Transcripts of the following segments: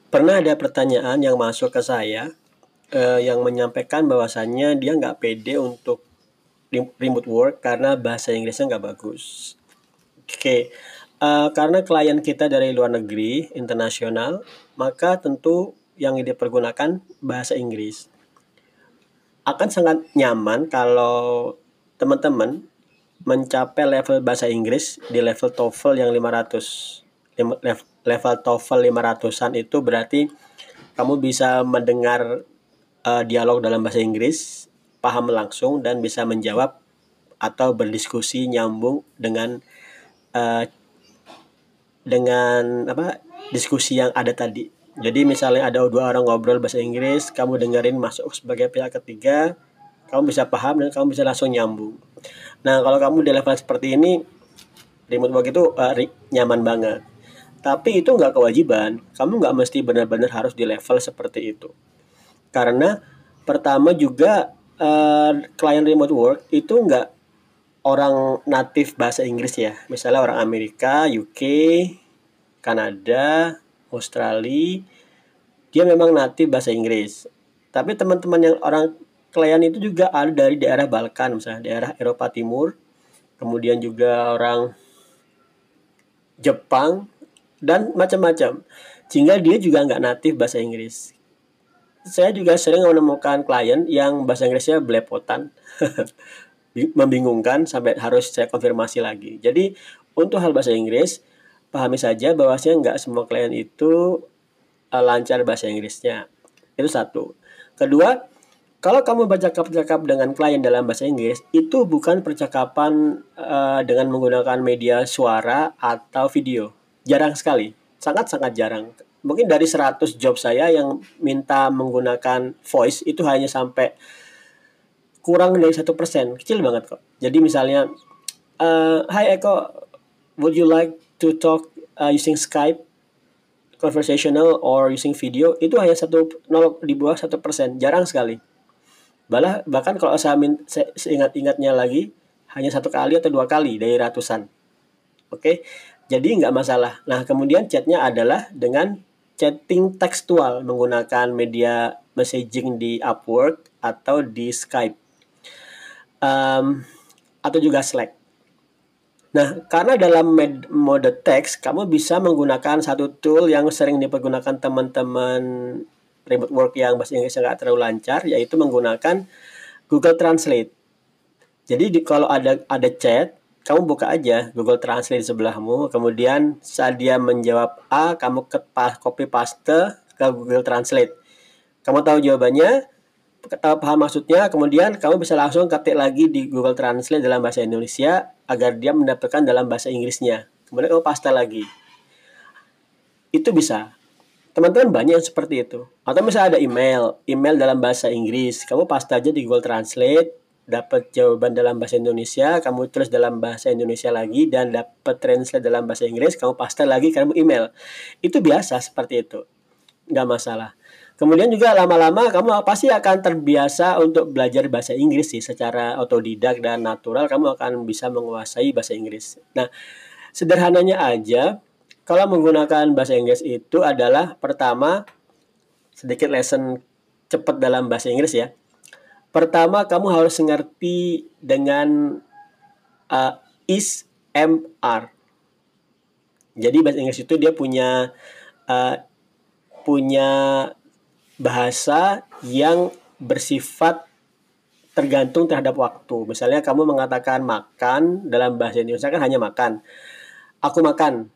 Pernah ada pertanyaan yang masuk ke saya, yang menyampaikan bahwasannya dia nggak pede untuk remote work karena bahasa Inggrisnya nggak bagus. Oke, karena klien kita dari luar negeri, internasional, maka tentu yang dipergunakan bahasa Inggris. Akan sangat nyaman kalau teman-teman mencapai level bahasa Inggris di level TOEFL yang 500. Level TOEFL 500-an itu berarti kamu bisa mendengar dialog dalam bahasa Inggris, paham langsung dan bisa menjawab atau berdiskusi nyambung uh, dengan diskusi yang ada tadi. Jadi misalnya ada dua orang ngobrol bahasa Inggris, kamu dengerin masuk sebagai pihak ketiga, kamu bisa paham dan kamu bisa langsung nyambung. Nah kalau kamu di level seperti ini, remote work itu nyaman banget. Tapi itu nggak kewajiban, kamu nggak mesti benar-benar harus di level seperti itu. Karena pertama juga klien remote work itu nggak orang natif bahasa Inggris ya. Misalnya orang Amerika, UK, Kanada, Australia, dia memang natif bahasa Inggris. Tapi teman-teman yang orang klien itu juga ada dari daerah Balkan, misalnya daerah Eropa Timur, kemudian juga orang Jepang, dan macam-macam. Sehingga dia juga nggak natif bahasa Inggris. Saya juga sering menemukan klien yang bahasa Inggrisnya belepotan, membingungkan sampai harus saya konfirmasi lagi. Jadi untuk hal bahasa Inggris, pahami saja bahwasanya nggak semua klien itu lancar bahasa Inggrisnya. Itu satu. Kedua, kalau kamu bercakap-cakap dengan klien dalam bahasa Inggris, itu bukan percakapan dengan menggunakan media suara atau video. Jarang sekali, sangat-sangat jarang. Mungkin dari 100 job saya yang minta menggunakan voice itu hanya sampai kurang dari 1%, kecil banget kok. Jadi misalnya, Hi Eko, would you like to talk using Skype, conversational or using video? Itu hanya 0 di bawah 1%, jarang sekali. Bahkan kalau saya seingat-ingatnya lagi, hanya 1 kali atau 2 kali dari ratusan. Oke, jadi nggak masalah. Nah, kemudian chatnya adalah dengan chatting tekstual menggunakan media messaging di Upwork atau di Skype, atau juga Slack. Nah, karena dalam mode teks, kamu bisa menggunakan satu tool yang sering dipergunakan teman-teman remote work yang bahasa Inggrisnya nggak terlalu lancar, yaitu menggunakan Google Translate. Jadi kalau ada chat, kamu buka aja Google Translate di sebelahmu, kemudian saat dia menjawab A, kamu copy paste ke Google Translate. Kamu tahu jawabannya, paham maksudnya, kemudian kamu bisa langsung ketik lagi di Google Translate dalam bahasa Indonesia agar dia mendapatkan dalam bahasa Inggrisnya. Kemudian kamu paste lagi. Itu bisa. Teman-teman banyak yang seperti itu. Atau misalnya ada email dalam bahasa Inggris, kamu paste aja di Google Translate, dapat jawaban dalam bahasa Indonesia, kamu tulis dalam bahasa Indonesia lagi, dan dapat translate dalam bahasa Inggris, kamu paste lagi, kamu email. Itu biasa seperti itu. Nggak masalah. Kemudian juga lama-lama kamu pasti akan terbiasa untuk belajar bahasa Inggris sih, secara otodidak dan natural kamu akan bisa menguasai bahasa Inggris. Nah, sederhananya aja, kalau menggunakan bahasa Inggris itu adalah pertama, sedikit lesson cepat dalam bahasa Inggris ya. Pertama, kamu harus mengerti dengan is, am, are. Jadi bahasa Inggris itu dia punya uh, punya bahasa yang bersifat tergantung terhadap waktu. Misalnya kamu mengatakan makan dalam bahasa Indonesia kan hanya makan. Aku makan.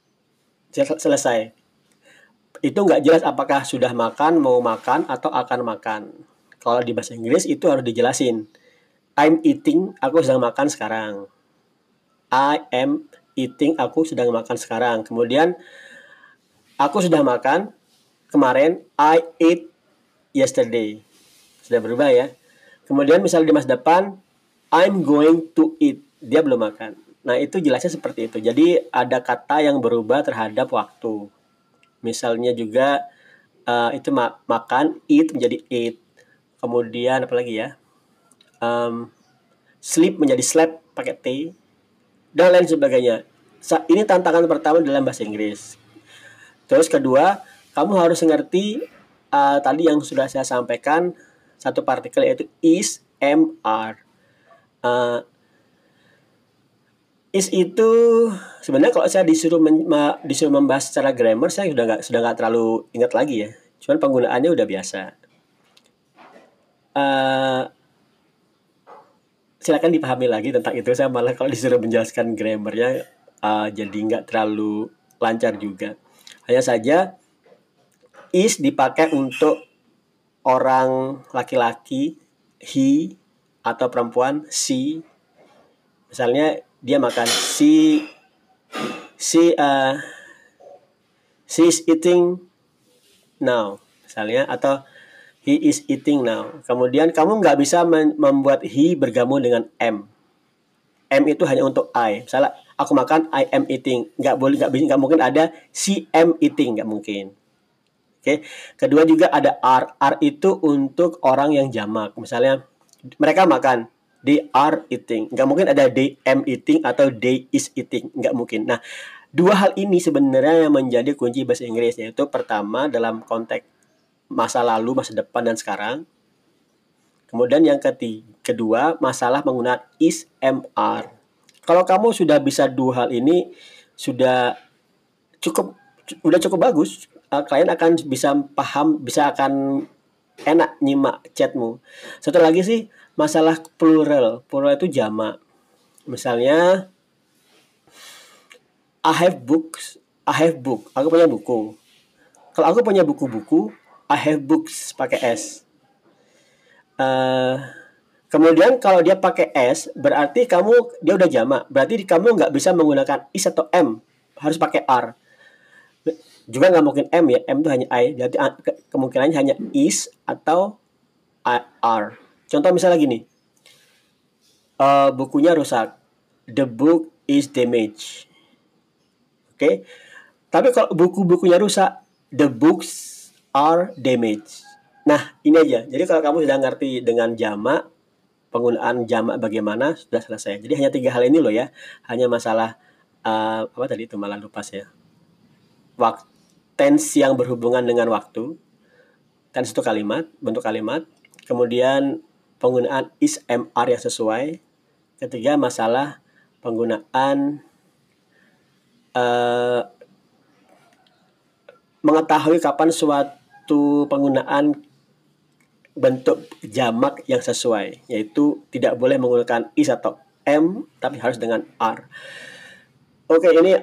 Selesai. Itu nggak jelas apakah sudah makan, mau makan, atau akan makan. Kalau di bahasa Inggris itu harus dijelasin. I'm eating, aku sedang makan sekarang. I am eating, aku sedang makan sekarang. Kemudian, aku sudah makan kemarin, I ate yesterday. Sudah berubah ya. Kemudian misalnya di masa depan, I'm going to eat. Dia belum makan. Nah, itu jelasnya seperti itu. Jadi ada kata yang berubah terhadap waktu. Misalnya juga itu makan, eat menjadi eat. Kemudian apa lagi ya? Sleep menjadi slept pakai T. Dan lain sebagainya. Ini tantangan pertama dalam bahasa Inggris. Terus kedua, kamu harus ngerti tadi yang sudah saya sampaikan, satu partikel yaitu is, am, are. Is itu sebenarnya kalau saya disuruh membahas secara grammar, saya sudah nggak terlalu ingat lagi ya. Cuman penggunaannya udah biasa. Silakan dipahami lagi tentang itu. Saya malah kalau disuruh menjelaskan grammarnya jadi nggak terlalu lancar juga. Hanya saja is dipakai untuk orang laki-laki, he, atau perempuan, she. Misalnya dia makan, she is eating now, misalnya, atau he is eating now. Kemudian kamu nggak bisa membuat he bergabung dengan am. Am itu hanya untuk I. Misalnya aku makan, I am eating. Nggak mungkin ada she am eating, nggak mungkin. Oke. Kedua juga ada are. Are itu untuk orang yang jamak. Misalnya mereka makan, they are eating. Nggak mungkin ada they am eating atau they is eating. Nggak mungkin. Nah, dua hal ini sebenarnya yang menjadi kunci bahasa Inggris, yaitu pertama dalam konteks masa lalu, masa depan, dan sekarang. Kemudian yang kedua, masalah penggunaan is, am, are. Kalau kamu sudah bisa dua hal ini, sudah cukup bagus. Klien akan bisa paham, bisa akan enak nyimak chatmu. Satu lagi sih, masalah plural. Plural itu jamak. Misalnya, I have books, I have book. Aku punya buku. Kalau aku punya buku-buku, I have books pakai S. Kemudian kalau dia pakai S, berarti dia udah jamak. Berarti kamu nggak bisa menggunakan is atau am. Harus pakai are. Juga nggak mungkin M ya, M itu hanya I, jadi kemungkinannya hanya is atau are. Contoh misalnya gini, bukunya rusak, the book is damaged. Oke. Tapi kalau buku-bukunya rusak, the books are damaged. Nah, ini aja. Jadi kalau kamu sudah ngerti dengan jamak, penggunaan jamak bagaimana, sudah selesai. Jadi hanya 3 hal ini loh ya. Hanya masalah apa tadi itu, malah lupa saya. Tense yang berhubungan dengan waktu, tense itu kalimat, bentuk kalimat. Kemudian penggunaan is, am, are yang sesuai. Ketiga, masalah penggunaan mengetahui kapan suatu penggunaan bentuk jamak yang sesuai, yaitu tidak boleh menggunakan is atau am, tapi harus dengan are. Oke, ini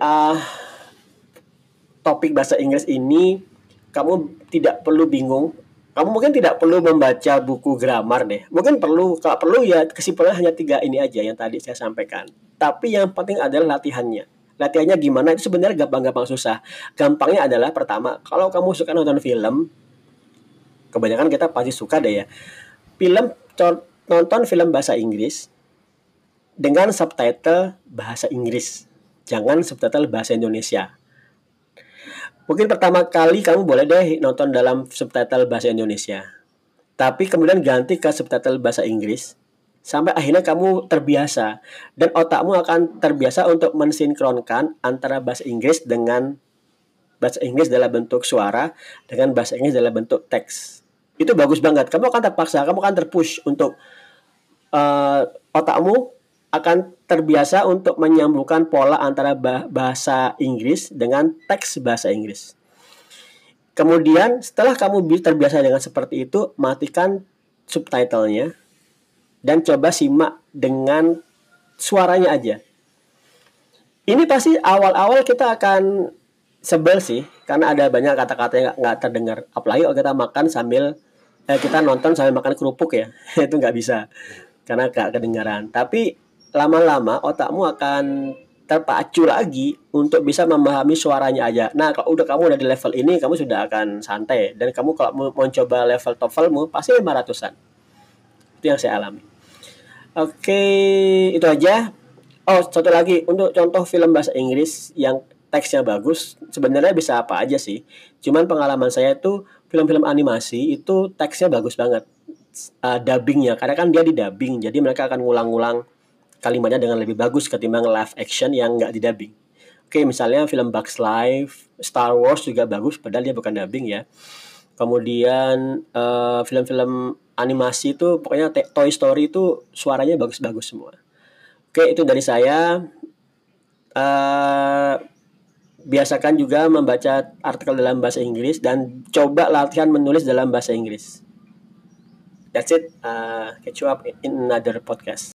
topik bahasa Inggris ini kamu tidak perlu bingung. Kamu mungkin tidak perlu membaca buku grammar deh. Mungkin perlu, kalau perlu ya kesimpulannya hanya 3 ini aja yang tadi saya sampaikan. Tapi yang penting adalah latihannya. Latihannya gimana? Itu sebenarnya gampang-gampang susah. Gampangnya adalah pertama, kalau kamu suka nonton film, kebanyakan kita pasti suka deh ya. Nonton film bahasa Inggris dengan subtitle bahasa Inggris. Jangan subtitle bahasa Indonesia. Mungkin pertama kali kamu boleh deh nonton dalam subtitle bahasa Indonesia. Tapi kemudian ganti ke subtitle bahasa Inggris. Sampai akhirnya kamu terbiasa. Dan otakmu akan terbiasa untuk mensinkronkan antara bahasa Inggris dengan bahasa Inggris dalam bentuk suara dengan bahasa Inggris dalam bentuk teks. Itu bagus banget. Kamu akan terpaksa, kamu akan terpush untuk otakmu akan terbiasa untuk menyambungkan pola antara bahasa Inggris dengan teks bahasa Inggris. Kemudian setelah kamu terbiasa dengan seperti itu, matikan subtitlenya dan coba simak dengan suaranya aja. Ini pasti awal-awal kita akan sebel sih, karena ada banyak kata-kata yang nggak terdengar. Apalagi kalau kita makan sambil kita nonton sambil makan kerupuk ya, itu nggak bisa karena nggak kedengaran. Tapi lama-lama otakmu akan terpacu lagi untuk bisa memahami suaranya aja. Nah, kalau kamu udah di level ini, kamu sudah akan santai. Dan kamu kalau mau coba level TOEFL-mu, pasti 500-an. Itu yang saya alami. Oke, itu aja. Oh, satu lagi. Untuk contoh film bahasa Inggris yang teksnya bagus, sebenarnya bisa apa aja sih. Cuman pengalaman saya itu, film-film animasi itu teksnya bagus banget. Dubbingnya, karena kan dia di dubbing. Jadi mereka akan ngulang-ngulang kalimatnya dengan lebih bagus ketimbang live action yang nggak didubbing. Oke, misalnya film Bugs Life, Star Wars juga bagus padahal dia bukan dubbing ya. Kemudian film-film animasi itu pokoknya Toy Story itu suaranya bagus-bagus semua. Oke, itu dari saya. Eh, Biasakan juga membaca artikel dalam bahasa Inggris dan coba latihan menulis dalam bahasa Inggris. That's it. Catch you up in another podcast.